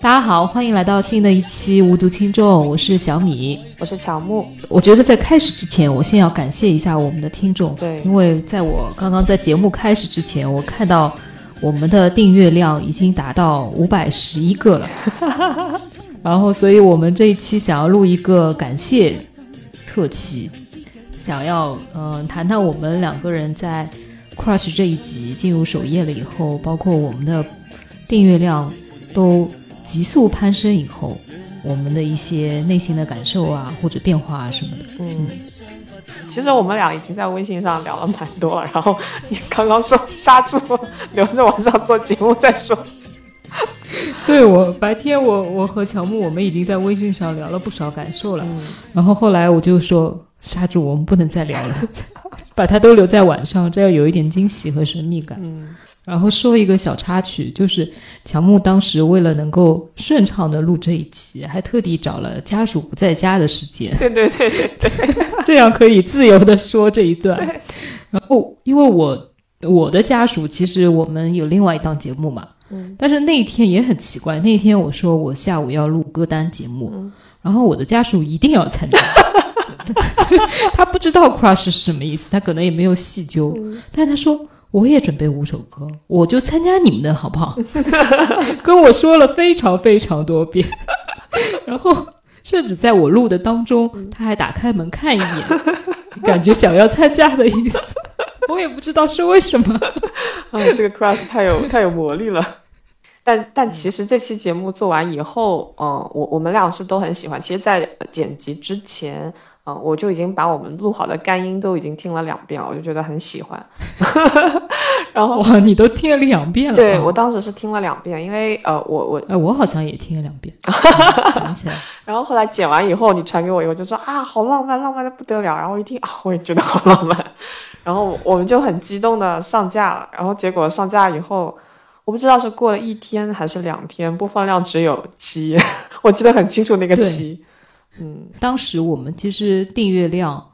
大家好，欢迎来到新的一期无足轻重，我是小米， 我是乔木。 我觉得在开始之前，我先要感谢一下我们的听众， 对， 因为在我刚刚在节目开始之前，我看到我们的订阅量已经达到511个了，然后所以我们这一期想要录一个感谢特辑，想要谈谈我们两个人在 Crush 这一集进入首页了以后，包括我们的订阅量都急速攀升以后，我们的一些内心的感受啊，或者变化啊什么的。 其实我们俩已经在微信上聊了蛮多了，然后你刚刚说刹住，留着晚上做节目再说。 对，我白天我和乔木我们已经在微信上聊了不少感受了，然后后来我就说刹住，我们不能再聊了，把它都留在晚上，这样有一点惊喜和神秘感。然后说一个小插曲，就是乔木当时为了能够顺畅的录这一集，还特地找了家属不在家的时间， 对， 这样可以自由的说这一段。然后因为我的家属其实我们有另外一档节目嘛，但是那一天也很奇怪，那一天我说我下午要录歌单节目，然后我的家属一定要参加。他不知道 crush 是什么意思，他可能也没有细究，但他说我也准备5首歌，我就参加你们的好不好？跟我说了非常非常多遍，然后甚至在我录的当中，他还打开门看一眼，感觉想要参加的意思。我也不知道是为什么。 这个 crush 太有魔力了。但其实这期节目做完以后，我们俩是都很喜欢。其实，在剪辑之前，我就已经把我们录好的干音都已经听了2遍了，我就觉得很喜欢。然后哇，你都听了2遍了？ 对，我当时是听了2遍，因为我好像也听了2遍，想起来。 然后后来剪完以后，你传给我以后就说啊，好浪漫，浪漫的不得了。然后一听啊，我也觉得好浪漫。然后我们就很激动的上架了，然后结果上架以后，我不知道是过了1天还是2天，播放量只有7，我记得很清楚那个7。 当时我们其实订阅量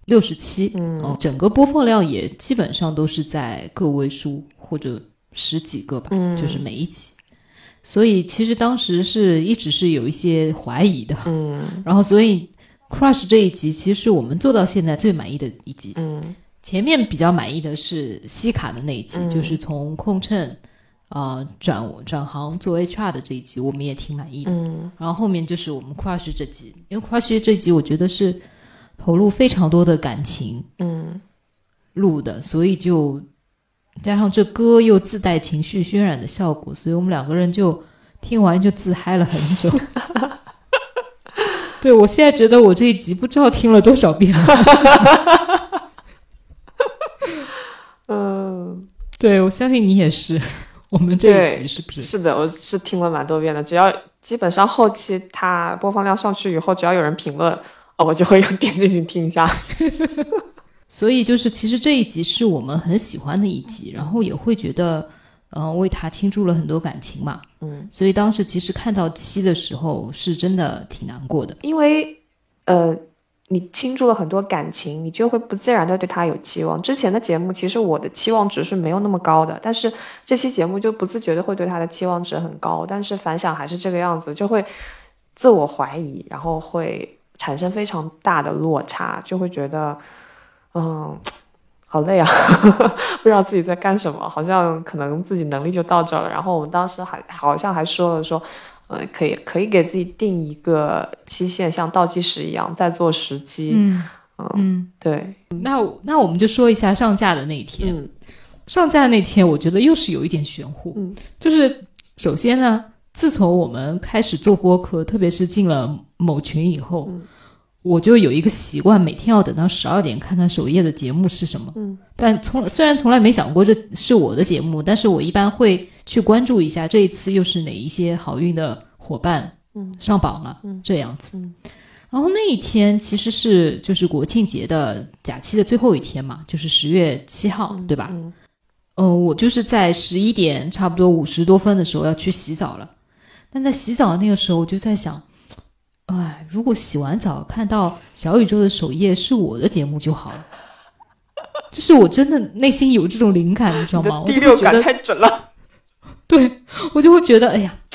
67，整个播放量也基本上都是在个位数或者10几个吧，就是每一集。所以其实当时是一直是有一些怀疑的，然后所以 Crush 这一集其实是我们做到现在最满意的一集。前面比较满意的是西卡的那一集，就是从空乘转行做 HR 的这一集，我们也挺满意的。然后后面就是我们 Crush 这集，因为 Crush 这集我觉得是投入非常多的感情，录的，所以就加上这歌又自带情绪渲染的效果，所以我们2个人就听完就自嗨了很久。对，我现在觉得我这一集不知道听了多少遍了。对，我相信你也是。我们这一集是不是？ 是的，我是听了蛮多遍的。只要基本上后期它播放量上去以后，只要有人评论，我就会点进去听一下。 所以就是其实这一集是我们很喜欢的一集，然后也会觉得为他倾注了很多感情嘛。所以当时其实看到7的时候是真的挺难过的， 因为你倾注了很多感情，你就会不自然的对他有期望。之前的节目其实我的期望值是没有那么高的，但是这期节目就不自觉的会对他的期望值很高，但是反响还是这个样子，就会自我怀疑，然后会产生非常大的落差，就会觉得好累啊。不知道自己在干什么，好像可能自己能力就到这了。然后我们当时好像还说可以给自己定一个期限，像倒计时一样再做10期。对。 那我们就说一下上架的那一天。上架的那天我觉得又是有一点玄乎。就是首先呢，自从我们开始做播客，特别是进了某群以后，我就有一个习惯，每天要等到12点看看首页的节目是什么。但虽然从来没想过这是我的节目，但是我一般会去关注一下这一次又是哪一些好运的伙伴上榜了，这样子。然后那一天其实就是国庆节的假期的最后一天嘛，就是10月7号，对吧？我就是在11点差不多50多分的时候要去洗澡了，但在洗澡的那个时候我就在想，如果洗完澡看到小宇宙的首页是我的节目就好了。就是我真的内心有这种灵感，你知道吗？ 你的第六感太准了。 对，我就会觉得哎呀，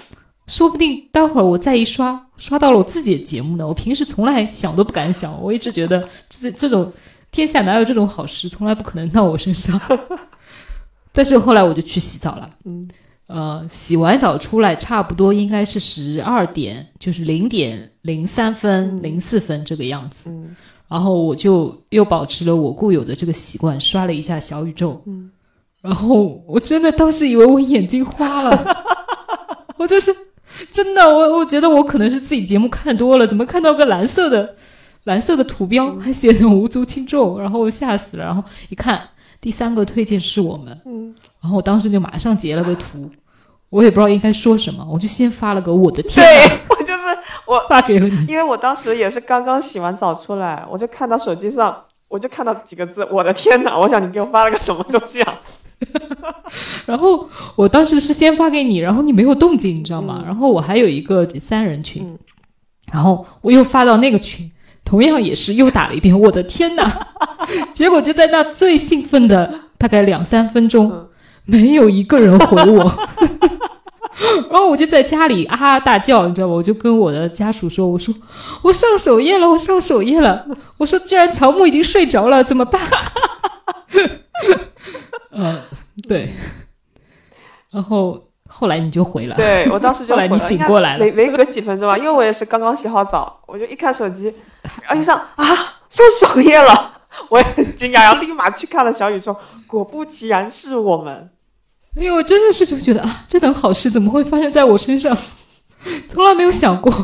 说不定待会儿我再一刷到了我自己的节目呢。我平时从来想都不敢想，我一直觉得这种天下哪有这种好事，从来不可能到我身上。但是后来我就去洗澡了，洗完澡出来差不多应该是12点，就是0:03分、04分这个样子。然后我就又保持了我固有的这个习惯，刷了一下小宇宙。然后我真的当时以为我眼睛花了，我就是真的，我觉得我可能是自己节目看多了，怎么看到个蓝色的图标，还写着无足轻重，然后我吓死了。然后一看第3个推荐是我们，然后我当时就马上截了个图，我也不知道应该说什么，我就先发了个我的天哪， 对，我发给了你， 因为我当时也是刚刚洗完澡出来，我就看到手机上，我就看到几个字，我的天哪！我想你给我发了个什么东西啊？ 然后我当时是先发给你，然后你没有动静，你知道吗？然后我还有一个3人群，然后我又发到那个群，同样也是又打了一遍我的天哪，结果就在那最兴奋的大概2-3分钟，没有一个人回我。然后我就在家里啊啊大叫，你知道吗？我就跟我的家属说，我说我上首页了，我说居然乔木已经睡着了，怎么办？对。然后后来你就回了， 对，我当时就后来你醒过来了， 没隔几分钟啊，因为我也是刚刚洗好澡，我就一看手机，然后一上首页了，我也很惊讶，然后立马去看了小宇宙，果不其然是我们。 因为我真的是就觉得啊，这等好事怎么会发生在我身上？从来没有想过。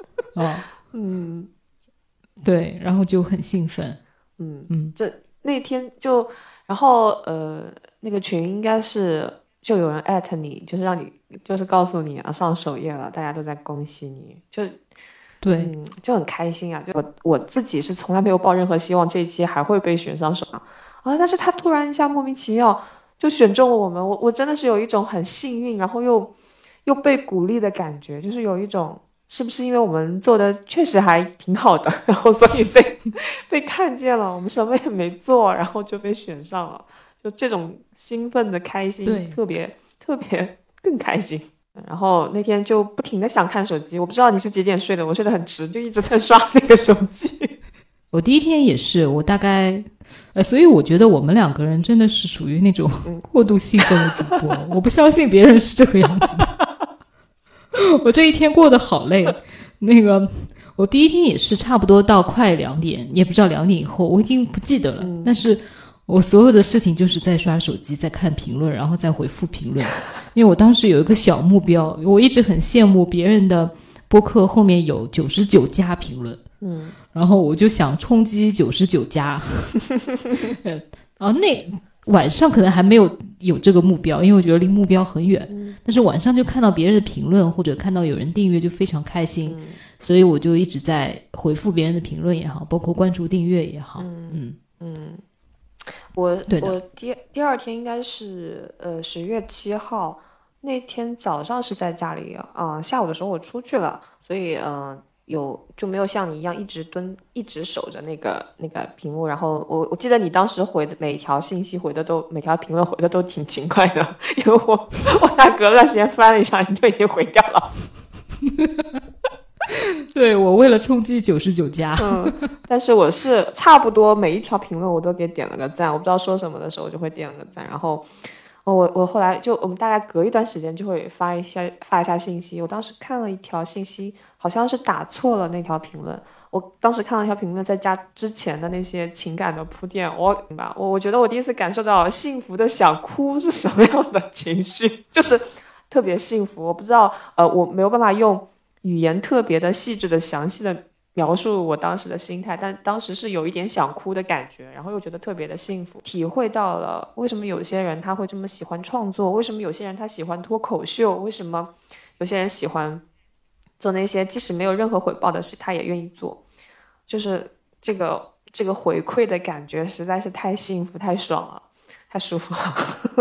对，然后就很兴奋。 这那天就，然后那个群应该是就有人艾特你，就是让你，就是告诉你啊上首页了，大家都在恭喜你，就对， 就很开心啊。就我自己是从来没有抱任何希望这一期还会被选上手啊，但是他突然一下莫名其妙就选中了我们，我真的是有一种很幸运，然后又被鼓励的感觉，就是有一种是不是因为我们做的确实还挺好的，然后所以被看见了，我们什么也没做，然后就被选上了，就这种兴奋的开心，特别更开心。然后那天就不停的想看手机，我不知道你是几点睡的，我睡得很迟，就一直在刷那个手机。 我第一天也是，我大概所以我觉得我们2个人真的是属于那种过度兴奋的主播，我不相信别人是这个样子的。我这一天过得好累，我第一天也是差不多到快2点，也不知道2点以后，我已经不记得了。但是我所有的事情就是在刷手机，在看评论，然后再回复评论。因为我当时有一个小目标，我一直很羡慕别人的播客后面有99加评论，然后我就想冲击99加。那晚上可能还没有这个目标，因为我觉得离目标很远。但是晚上就看到别人的评论或者看到有人订阅就非常开心，所以我就一直在回复别人的评论也好，包括关注订阅也好。 我第二天应该是10月7号那天早上是在家里下午的时候我出去了，所以就没有像你一样一直守着那个屏幕。然后我记得你当时回的每条信息每条评论回的都挺勤快的，因为我大隔了段时间翻了一下，你就已经回掉了。 对，我为了冲击99加， 但是我是差不多每一条评论我都给点了个赞，我不知道说什么的时候我就会点了个赞，然后我后来我们大概隔一段时间就会发一下信息。我当时看了一条信息，好像是打错了那条评论。我当时看了一条评论，再加之前的那些情感的铺垫，我觉得我第一次感受到幸福的想哭是什么样的情绪，就是特别幸福。我不知道我没有办法用语言特别的细致的详细的描述我当时的心态，但当时是有一点想哭的感觉，然后又觉得特别的幸福，体会到了为什么有些人他会这么喜欢创作，为什么有些人他喜欢脱口秀，为什么有些人喜欢做那些即使没有任何回报的事他也愿意做，就是这个回馈的感觉实在是太幸福太爽了，太舒服了。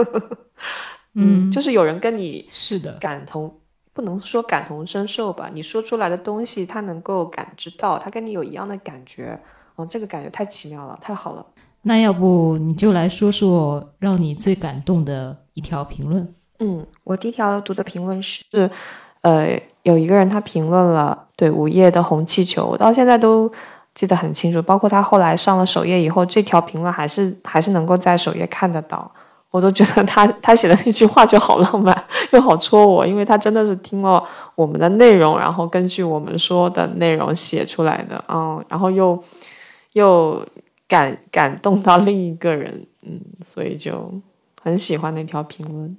就是有人跟你是的不能说感同身受吧，你说出来的东西他能够感知到，他跟你有一样的感觉，这个感觉太奇妙了，太好了。 那要不你就来说说让你最感动的一条评论。 我第一条读的评论是有一个人他评论了对午夜的红气球，我到现在都记得很清楚，包括他后来上了首页以后，这条评论还是能够在首页看得到。我都觉得他写的那句话就好浪漫又好戳我，因为他真的是听了我们的内容，然后根据我们说的内容写出来的，然后又感动到另一个人，所以就很喜欢那条评论，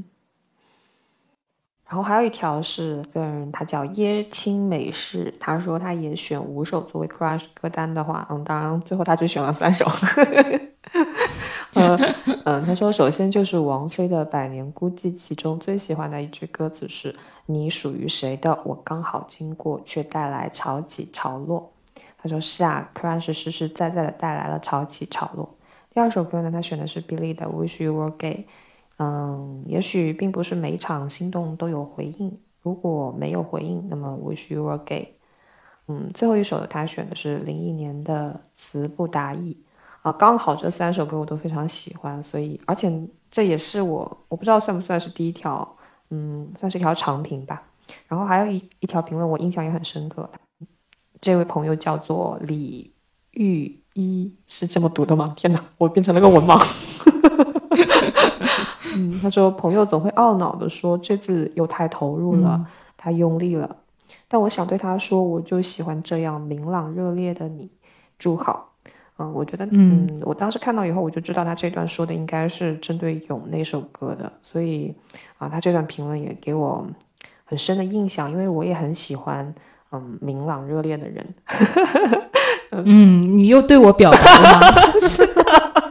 然后还有一条是跟他叫椰青美式，他说他也选5首作为 crush 歌单的话，当然最后他就选了3首。他说首先就是王菲的《百年孤寂》，其中最喜欢的一句歌词是你属于谁的我刚好经过，却带来潮起潮落。他说是啊， crush 实实在在的带来了潮起潮落。第2首歌呢，他选的是 Billy 的 Wish You Were Gay。也许并不是每场心动都有回应，如果没有回应，那么 Wish You Were Gay。最后一首他选的是01年的词不达意。刚好这3首歌我都非常喜欢，所以而且这也是我不知道算不算是第一条，算是一条长评吧。然后还有一条评论我印象也很深刻，这位朋友叫做李玉一，是这么读的吗？天哪，我变成了个文盲。他说朋友总会懊恼的说这次又太投入了，太用力了，但我想对他说，我就喜欢这样明朗热烈的你，祝好。我觉得我当时看到以后我就知道他这段说的应该是针对勇那首歌的，所以他这段评论也给我很深的印象，因为我也很喜欢明朗热烈的人。 你又对我表白了吗？ 是的。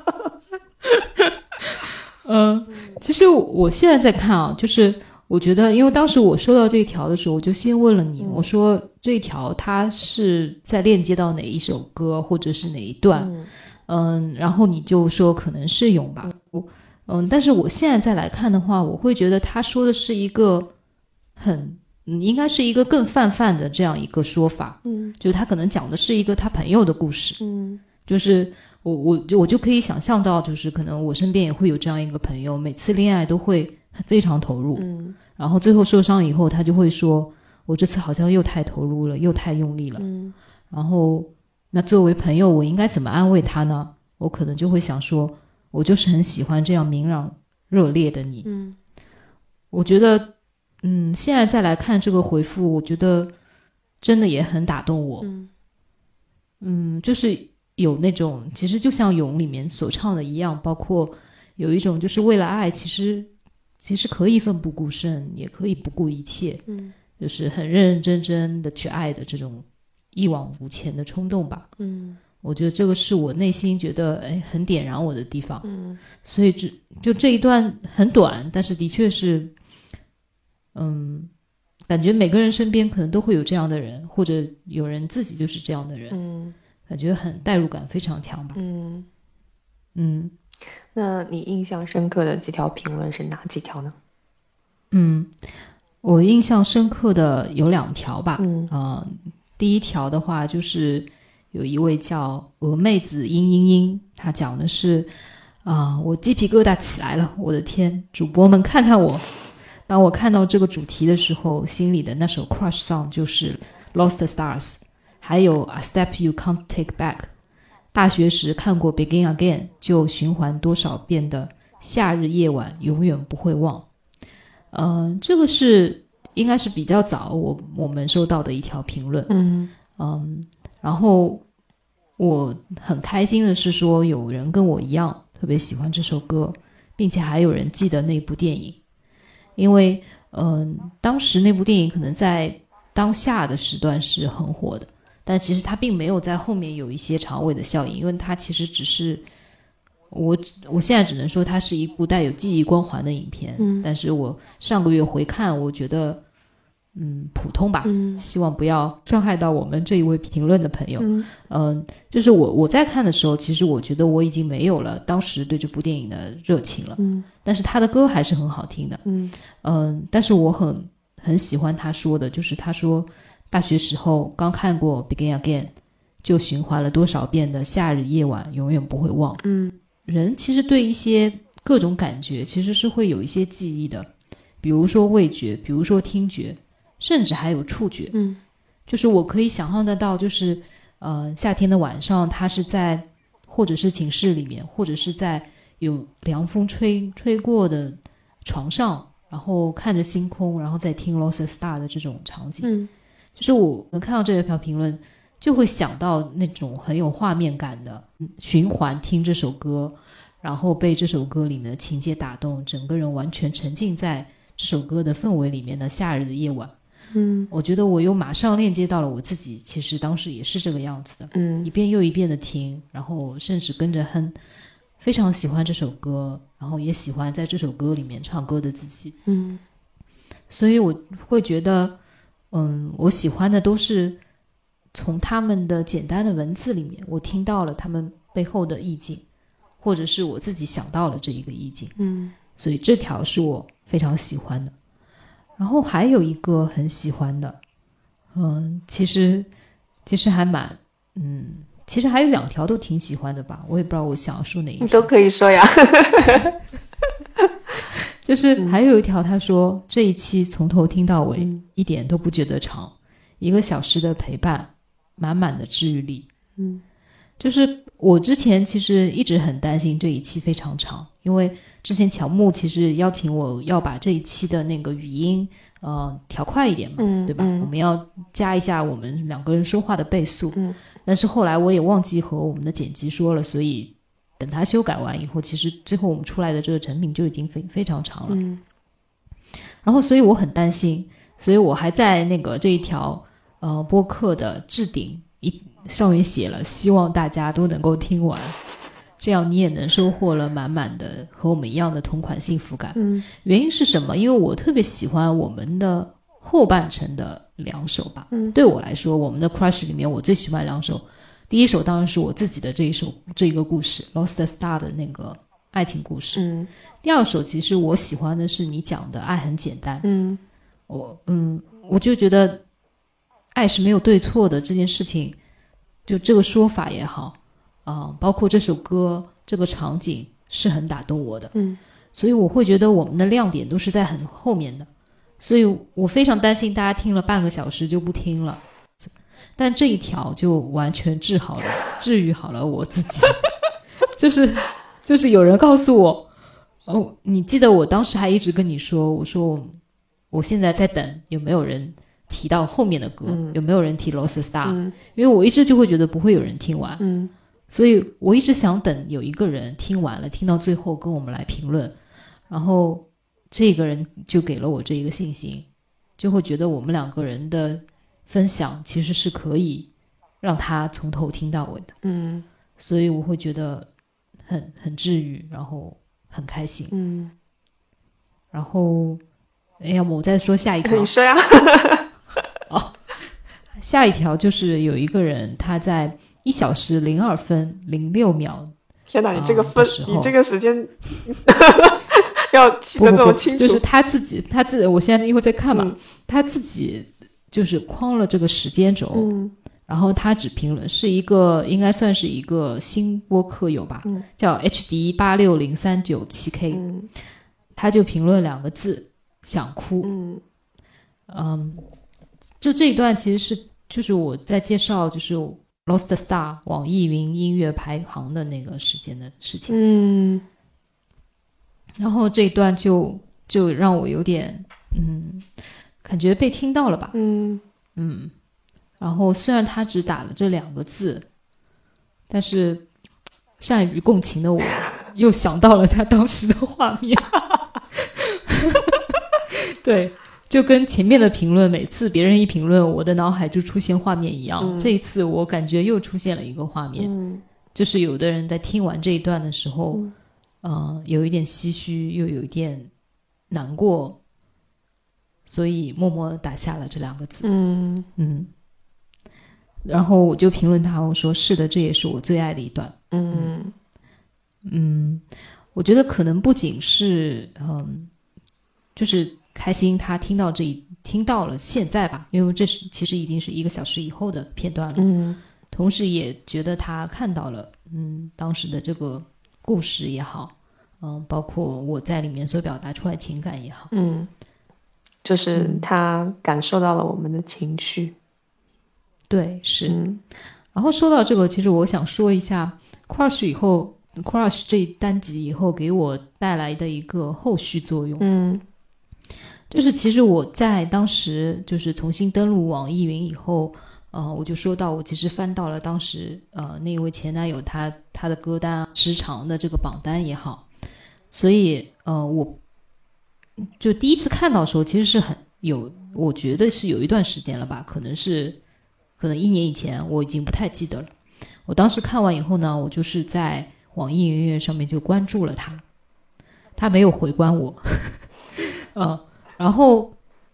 其实我现在在看就是我觉得，因为当时我收到这一条的时候，我就先问了你，我说这一条它是在链接到哪一首歌或者是哪一段，然后你就说可能是勇吧，但是我现在再来看的话，我会觉得他说的是一个应该是一个更泛的这样一个说法，就是他可能讲的是一个他朋友的故事，就是我就可以想象到，就是可能我身边也会有这样一个朋友，每次恋爱都会非常投入，然后最后受伤以后他就会说我这次好像又太投入了，又太用力了，然后那作为朋友我应该怎么安慰他呢？我可能就会想说我就是很喜欢这样明朗热烈的你。我觉得现在再来看这个回复，我觉得真的也很打动我。就是有那种其实就像勇里面所唱的一样，包括有一种就是为了爱其实可以奋不顾身，也可以不顾一切，就是很认认真真的去爱的这种一往无前的冲动吧。我觉得这个是我内心觉得很点燃我的地方。所以就这一段很短，但是的确是感觉每个人身边可能都会有这样的人，或者有人自己就是这样的人，感觉很代入感非常强吧。 那你印象深刻的几条评论是哪几条呢？ 我印象深刻的有2条吧。第一条的话就是有一位叫鹅妹子嘤，她讲的是我鸡皮疙瘩起来了，我的天，主播们看看我。当我看到这个主题的时候，心里的那首 crush song 就是 Lost Stars， 还有 A Step You Can't Take Back。 大学时看过 Begin Again， 就循环多少遍的夏日夜晚永远不会忘。这个是应该是比较早我们收到的一条评论。然后我很开心的是说有人跟我一样特别喜欢这首歌，并且还有人记得那部电影。因为当时那部电影可能在当下的时段是很火的，但其实它并没有在后面有一些长尾的效应，因为它其实只是我现在只能说它是一部带有记忆光环的影片。但是我上个月回看，我觉得普通吧，希望不要伤害到我们这一位评论的朋友。就是我在看的时候，其实我觉得我已经没有了当时对这部电影的热情了。但是他的歌还是很好听的。但是我很喜欢他说的，就是他说大学时候刚看过 Begin Again， 就循环了多少遍的夏日夜晚永远不会忘。人其实对一些各种感觉其实是会有一些记忆的，比如说味觉，比如说听觉， 甚至还有触觉。就是我可以想象得到，就是夏天的晚上，他是在或者是寝室里面，或者是在有凉风吹过的床上，然后看着星空，然后再听 Lost Star 的这种场景。就是我能看到这条评论，就会想到那种很有画面感的循环听这首歌，然后被这首歌里面的情节打动，整个人完全沉浸在这首歌的氛围里面的夏日的夜晚。我觉得我又马上链接到了我自己，其实当时也是这个样子的。一遍又一遍的听，然后甚至跟着哼，非常喜欢这首歌，然后也喜欢在这首歌里面唱歌的自己。所以我会觉得我喜欢的都是从他们的简单的文字里面，我听到了他们背后的意境，或者是我自己想到了这一个意境。所以这条是我非常喜欢的。然后还有一个很喜欢的，其实还蛮其实还有2条都挺喜欢的吧，我也不知道我想要说哪一条。 你都可以说呀。 就是还有一条，他说这一期从头听到尾，一点都不觉得长，1个小时的陪伴，满满的治愈力。就是我之前其实一直很担心这一期非常长，因为之前乔木其实邀请我要把这一期的那个语音调快一点嘛，对吧？我们要加一下我们2个人说话的倍速。但是后来我也忘记和我们的剪辑说了，所以等他修改完以后，其实最后我们出来的这个成品就已经非常长了。然后所以我很担心，所以我还在那个这一条播客的置顶上面写了，希望大家都能够听完，这样你也能收获了满满的和我们一样的同款幸福感。原因是什么？因为我特别喜欢我们的后半程的2首吧。对我来说，我们的 Crush 里面我最喜欢2首，第一首当然是我自己的这一个故事 Lost Star 的那个爱情故事。第2首其实我喜欢的是你讲的爱很简单。我就觉得爱是没有对错的这件事情，就这个说法也好包括这首歌这个场景是很打动我的。所以我会觉得我们的亮点都是在很后面的，所以我非常担心大家听了半个小时就不听了，但这一条就完全治愈好了我自己。就是有人告诉我你记得我当时还一直跟你说，我说我现在在等有没有人提到后面的歌，有没有人提 Lost Star。因为我一直就会觉得不会有人听完。所以我一直想等有一个人听完了，听到最后跟我们来评论，然后这个人就给了我这一个信心，就会觉得我们2个人的分享其实是可以让他从头听到尾的。所以我会觉得很治愈，然后很开心。然后要么我再说下一条。 你说呀。 下一条就是有一个人他在1小时02分06秒。 天哪，你这个分你这个时间要记得这么清楚。 就是他自己我现在一会儿再看嘛。他自己就是框了这个时间轴。然后他只评论是一个应该算是一个新播客友吧，叫 HD86039-7K。他就评论2个字，想哭。就这一段其实就是我在介绍就是 Lost Star 网易云音乐排行的那个时间的事情。然后这一段就让我有点感觉被听到了吧。然后虽然他只打了这2个字，但是善于共情的我又想到了他当时的画面。对，就跟前面的评论每次别人一评论我的脑海就出现画面一样。这一次我感觉又出现了一个画面。就是有的人在听完这一段的时候有一点唏嘘，又有一点难过，所以默默地打下了这2个字。然后我就评论他，我说是的，这也是我最爱的一段。我觉得可能不仅是就是开心他听到了现在吧，因为这是其实已经是1个小时以后的片段了。同时也觉得他看到了当时的这个故事也好，包括我在里面所表达出来情感也好。 就是他感受到了我们的情绪。 对，是。然后说到这个，其实我想说一下 Crush 这一单集以后给我带来的一个后续作用。就是其实我在当时就是重新登录网易云以后，我就说到我其实翻到了当时那一位前男友他的歌单时长的这个榜单也好，所以我就第一次看到的时候其实是我觉得是有一段时间了吧，可能1年以前，我已经不太记得了。我当时看完以后呢，我就是在网易云音乐上面就关注了他没有回关我。然后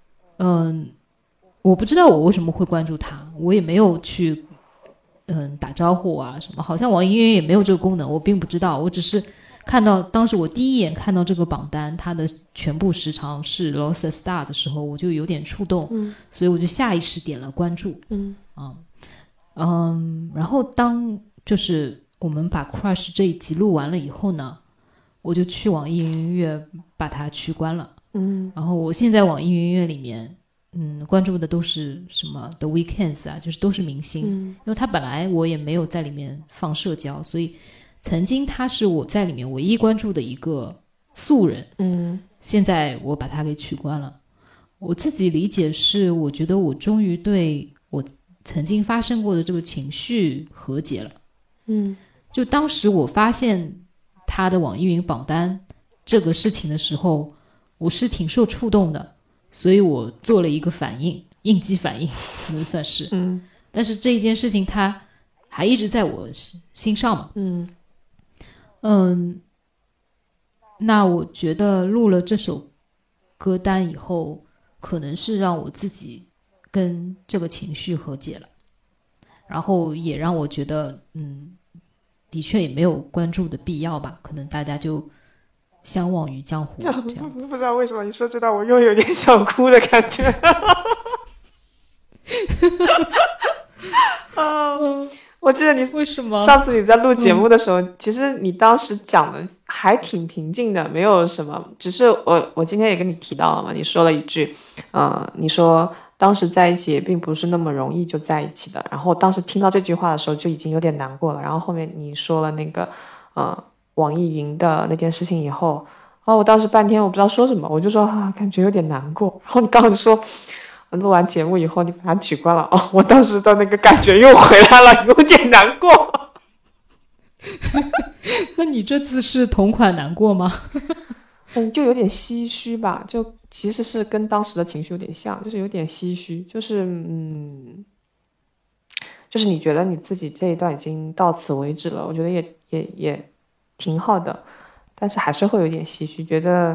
我不知道我为什么会关注他，我也没有去打招呼啊什么，好像网易云也没有这个功能，我并不知道。我只是看到当时我第一眼看到这个榜单，它的全部时长是 Lost Star 的时候，我就有点触动，所以我就下意识点了关注。然后当就是我们把 Crush 这一集录完了以后呢，我就去网易云音乐把它取关了。然后我现在网易云音乐里面关注的都是什么 The Weeknd 啊，就是都是明星。因为他本来我也没有在里面放社交，所以曾经他是我在里面唯一关注的一个素人。现在我把他给取关了。我自己理解是，我觉得我终于对我曾经发生过的这个情绪和解了。就当时我发现他的网易云榜单这个事情的时候，我是挺受触动的，所以我做了一个反应，应激反应可能算是。但是这一件事情它还一直在我心上嘛。那我觉得录了这首歌单以后，可能是让我自己跟这个情绪和解了，然后也让我觉得的确也没有关注的必要吧，可能大家就相忘于江湖这样子。 不知道为什么你说这段我又有点想哭的感觉。我记得你为什么上次你在录节目的时候，其实你当时讲的还挺平静的，没有什么，只是我今天也跟你提到了嘛，你说了一句你说当时在一起也并不是那么容易就在一起的，然后当时听到这句话的时候就已经有点难过了，然后后面你说了那个网易云的那件事情以后，我当时半天我不知道说什么，我就说感觉有点难过，然后你刚刚说录完节目以后你把它取关了，我当时的那个感觉又回来了，有点难过。 那你这次是同款难过吗？ 就有点唏嘘吧，就其实是跟当时的情绪有点像，就是有点唏嘘，就是你觉得你自己这一段已经到此为止了，我觉得也挺好的，但是还是会有点唏嘘，觉得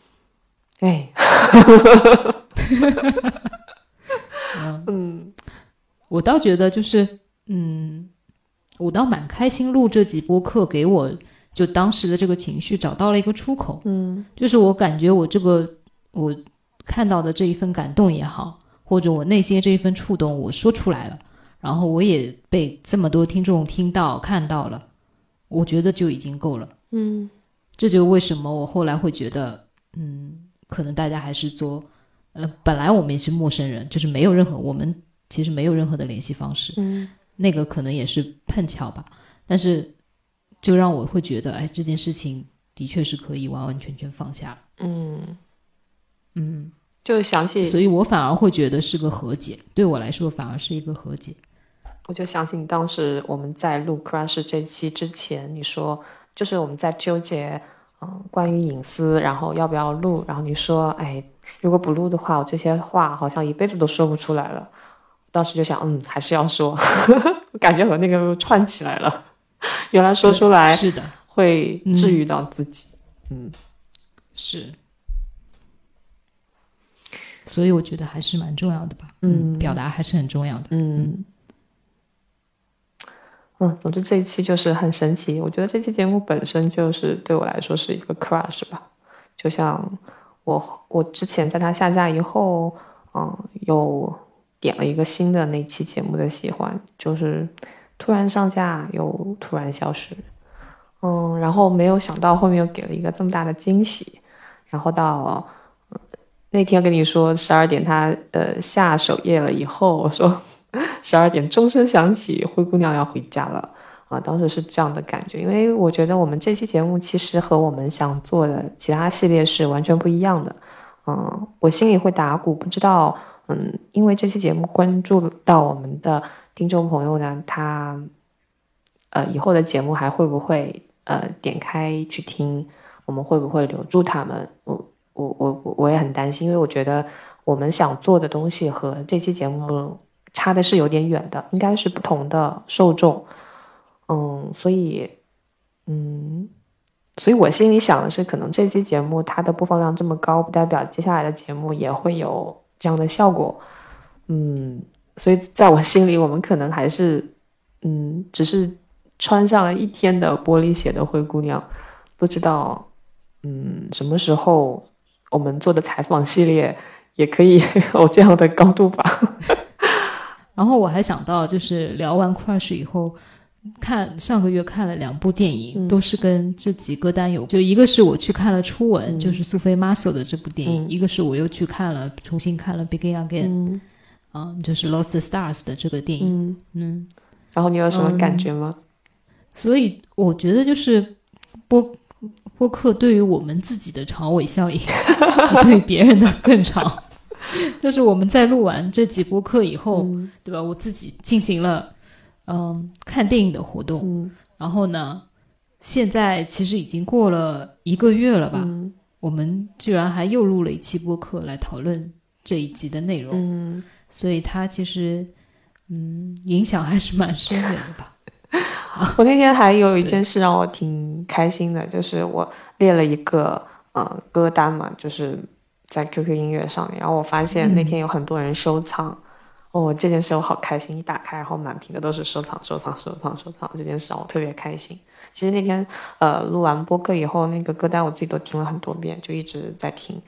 我倒觉得就是我倒蛮开心录这集播客，给我就当时的这个情绪找到了一个出口。就是我感觉我看到的这一份感动也好，或者我内心这一份触动我说出来了，然后我也被这么多听众听到看到了，我觉得就已经够了。这就为什么我后来会觉得可能大家还是本来我们也是陌生人，就是我们其实没有任何的联系方式。那个可能也是碰巧吧，但是就让我会觉得这件事情的确是可以完完全全放下。 就想起， 所以我反而会觉得是个和解，对我来说反而是一个和解。 我就想起你当时我们在录 Crush 这期之前，你说就是我们在纠结关于隐私，然后要不要录，然后你说如果不录的话，我这些话好像一辈子都说不出来了。当时就想还是要说。我感觉和那个串起来了，原来说出来是的会治愈到自己。 是，所以我觉得还是蛮重要的吧。表达还是很重要的。 总之这一期就是很神奇，我觉得这期节目本身就是对我来说是一个 crush 吧，就像我之前在它下架以后有点了一个新的那期节目的喜欢，就是突然上架又突然消失，然后没有想到后面又给了一个这么大的惊喜，然后到那天跟你说12点他下首页了以后，我说12点钟声响起，灰姑娘要回家了啊！当时是这样的感觉，因为我觉得我们这期节目其实和我们想做的其他系列是完全不一样的。我心里会打鼓，不知道因为这期节目关注到我们的听众朋友呢，他以后的节目还会不会点开去听，我们会不会留住他们？我也很担心，因为我觉得我们想做的东西和这期节目差的是有点远的，应该是不同的受众。所以我心里想的是，可能这期节目它的播放量这么高，不代表接下来的节目也会有这样的效果。所以在我心里，我们可能还是只是穿上了一天的玻璃鞋的灰姑娘，不知道什么时候我们做的采访系列也可以有这样的高度吧。 然后我还想到，就是聊完 Crush 以后，上个月看了2部电影，都是跟这集歌单有，就一个是我去看了初吻，就是苏菲玛索的这部电影，一个是我又去重新看了 Begin Again，就是 Lost Stars 的这个电影。 然后你有什么感觉吗？ 所以我觉得就是播客对于我们自己的长尾效应比对别人的更长。就是我们在录完这集播客以后，对吧，我自己进行了看电影的活动，然后呢现在其实已经过了1个月了吧，我们居然还又录了一期播客来讨论这一集的内容，所以它其实影响还是蛮深远的吧。 我那天还有一件事让我挺开心的，就是我列了一个歌单嘛，就是在 QQ 音乐上面，然后我发现那天有很多人收藏，这件事我好开心，一打开然后满屏的都是收藏，这件事让我特别开心。其实那天录完播客以后，那个歌单我自己都听了很多遍，就一直在听。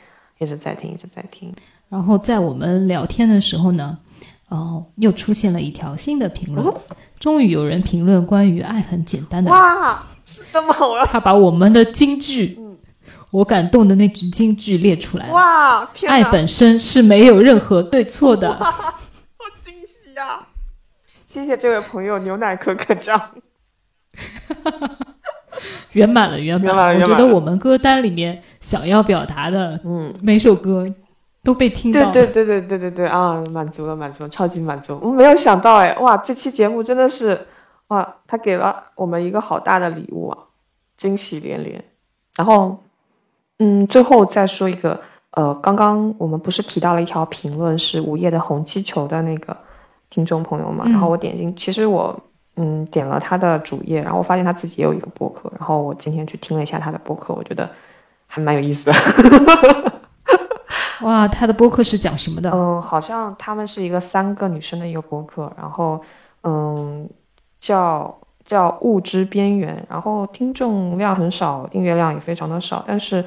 然后在我们聊天的时候呢，又出现了一条新的评论，终于有人评论关于爱很简单的。 哇，是的吗？ 他把我们的金句，我感动的那句金句列出来了。 哇，天哪！ 爱本身是没有任何对错的。 好惊喜啊！谢谢这位朋友，牛奶可可酱。 圆满了。我觉得我们歌单里面想要表达的，每首歌都被听到了。 对啊，满足了，超级满足。没有想到哇，这期节目真的是哇，他给了我们一个好大的礼物啊，惊喜连连。然后最后再说一个刚刚我们不是提到了一条评论是午夜的红气球的那个听众朋友嘛，然后我点进，其实我点了他的主页，然后我发现他自己也有一个播客，然后我今天去听了一下他的播客，我觉得还蛮有意思的。 哇，他的播客是讲什么的？ 好像他们是一个3个女生的一个播客，然后叫物之边缘，然后听众量很少，订阅量也非常的少，但是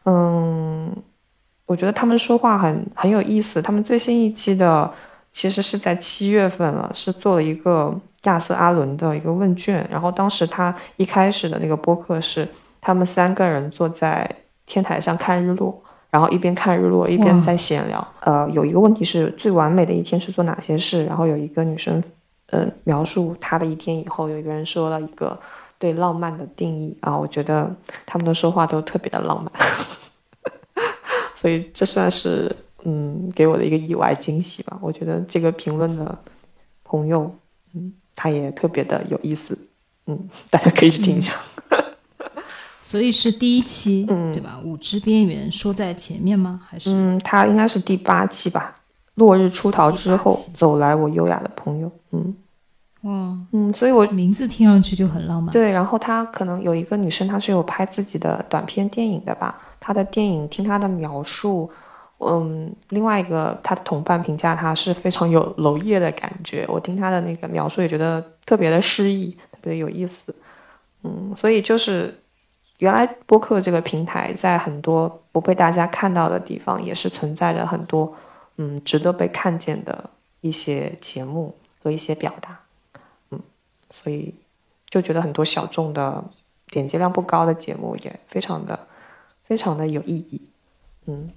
我觉得他们说话很有意思。他们最新一期的其实是在7月份了，是做了一个亚瑟阿伦的一个问卷，然后当时他一开始的那个播客是他们3个人坐在天台上看日落，然后一边看日落一边在闲聊。有一个问题是最完美的一天是做哪些事，然后有一个女生描述她的一天以后，有一个人说了一个对浪漫的定义啊，我觉得他们的说话都特别的浪漫。所以这算是给我的一个意外惊喜吧。我觉得这个评论的朋友他也特别的有意思，大家可以去听一下。 所以是第1期对吧？舞之边缘说在前面吗？还是他应该是第8期吧。落日出逃之后，走来我优雅的朋友。所以我名字听上去就很浪漫。 对，然后他可能有一个女生，她是有拍自己的短片电影的吧。她的电影听她的描述，另外一个她的同伴评价她是非常有娄烨的感觉。我听她的那个描述也觉得特别的诗意，特别有意思。所以就是原来播客这个平台在很多不被大家看到的地方，也是存在着很多值得被看见的一些节目和一些表达。所以就觉得很多小众的点击量不高的节目也非常的有意义。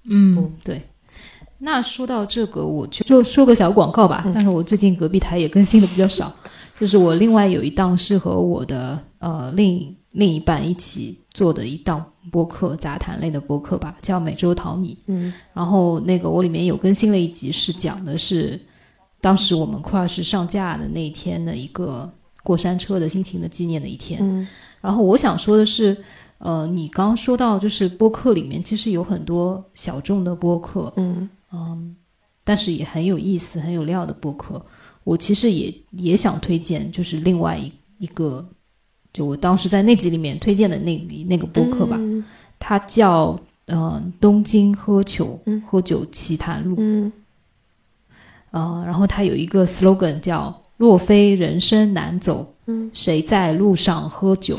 对。那说到这个，我就说个小广告吧。但是我最近隔壁台也更新的比较少，就是我另外有一档是和我的另一半一起做的一档播客，杂谈类的播客吧，叫每周淘米。然后那个我里面有更新了一集，是讲的是当时我们Crush上架的那一天的一个过山车的心情的纪念的一天。然后我想说的是你刚刚说到就是播客里面其实有很多小众的播客，但是也很有意思很有料的播客。我其实也想推荐就是另外一个，就我当时在那集里面推荐的那个播客吧，它叫东京喝酒奇谈录。然后它有一个 slogan 叫若非人生难走，谁在路上喝酒。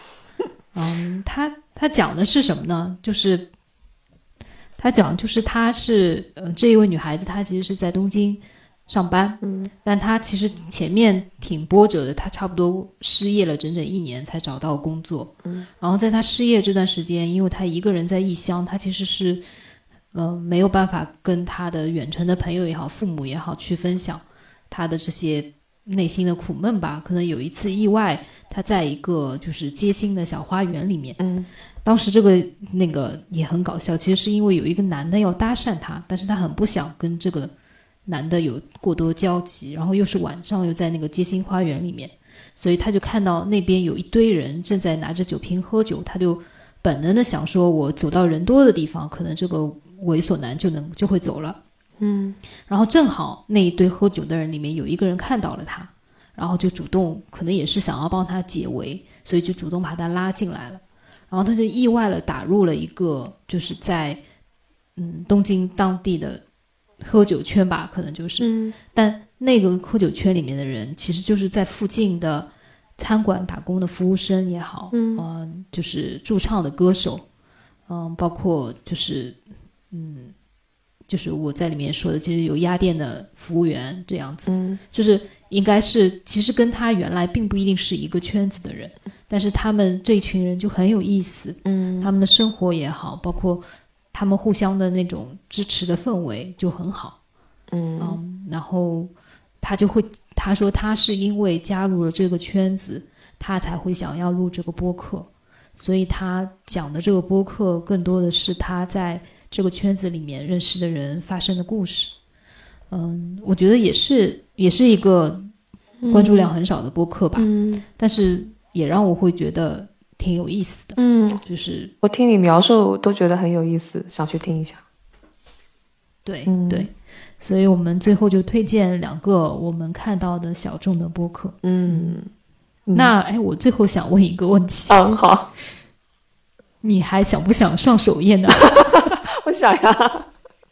他讲的是什么呢？就是他讲就是他是这一位女孩子，她其实是在东京上班，但她其实前面挺波折的，她差不多失业了整整1年才找到工作。然后在她失业这段时间，因为她一个人在异乡，她其实是没有办法跟她的远程的朋友也好父母也好去分享她的这些内心的苦闷吧。可能有一次意外，她在一个就是街心的小花园里面，当时那个也很搞笑，其实是因为有一个男的要搭讪她，但是她很不想跟这个男的有过多交集，然后又是晚上又在那个街心花园里面，所以她就看到那边有一堆人正在拿着酒瓶喝酒，她就本能的想说我走到人多的地方，可能这个猥琐男就会走了。然后正好那一堆喝酒的人里面有一个人看到了她，然后就主动可能也是想要帮她解围，所以就主动把她拉进来了。然后她就意外了打入了一个就是在东京当地的喝酒圈吧，可能就是，但那个喝酒圈里面的人其实就是在附近的餐馆打工的服务生也好，就是驻唱的歌手，包括就是就是我在里面说的，其实有鸭店的服务员这样子，就是应该是其实跟他原来并不一定是一个圈子的人，但是他们这一群人就很有意思，他们的生活也好，包括他们互相的那种支持的氛围就很好。然后他说他是因为加入了这个圈子，他才会想要录这个播客，所以他讲的这个播客更多的是他在这个圈子里面认识的人发生的故事。我觉得也是一个关注量很少的播客吧，但是也让我会觉得挺有意思的。就是我听你描述都觉得很有意思，想去听一下。 对，对，所以我们最后就推荐2个我们看到的小众的播客。那我最后想问一个问题。 好， 你还想不想上首页呢？ 我想呀。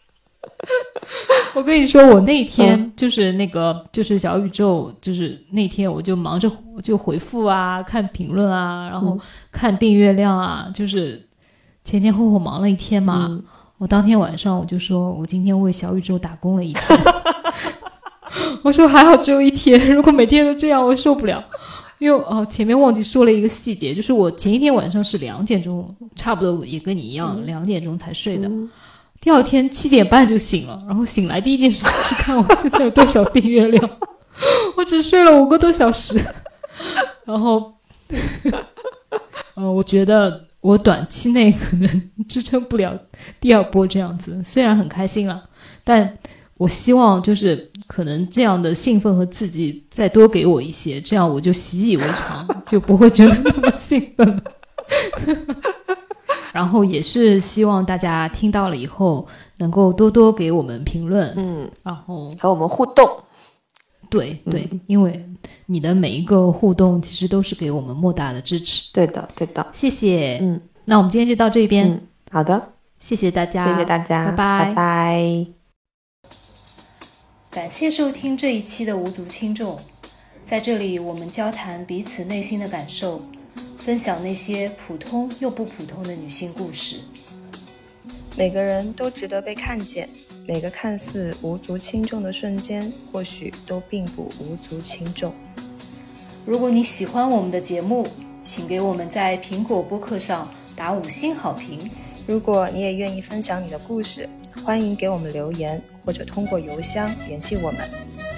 我跟你说，我那天就是就是小宇宙，就是那天我就忙着就回复啊，看评论啊，然后看订阅量啊，就是前前后后忙了一天嘛。我当天晚上我就说我今天为小宇宙打工了一天。我说还好只有1天，如果每天都这样我受不了。因为前面忘记说了一个细节，就是我前一天晚上是2点钟，差不多也跟你一样2点钟才睡的。第二天7点半就醒了，然后醒来第一件事情是看我现在有多少订阅量。我只睡了5个多小时。然后我觉得我短期内可能支撑不了第2波这样子，虽然很开心了，但我希望就是可能这样的兴奋和刺激再多给我一些，这样我就习以为常，就不会觉得那么兴奋了。然后也是希望大家听到了以后能够多多给我们评论，然后和我们互动。 对，因为你的每一个互动其实都是给我们莫大的支持。 对的， 谢谢。那我们今天就到这边。 好的， 谢谢大家， 拜拜， 拜拜。感谢收听这一期的无足轻重，在这里我们交谈彼此内心的感受，分享那些普通又不普通的女性故事。 每个人都值得被看见，每个看似无足轻重的瞬间，或许都并不无足轻重。 如果你喜欢我们的节目，请给我们在苹果播客上打5星好评。 如果你也愿意分享你的故事，欢迎给我们留言，或者通过邮箱联系我们。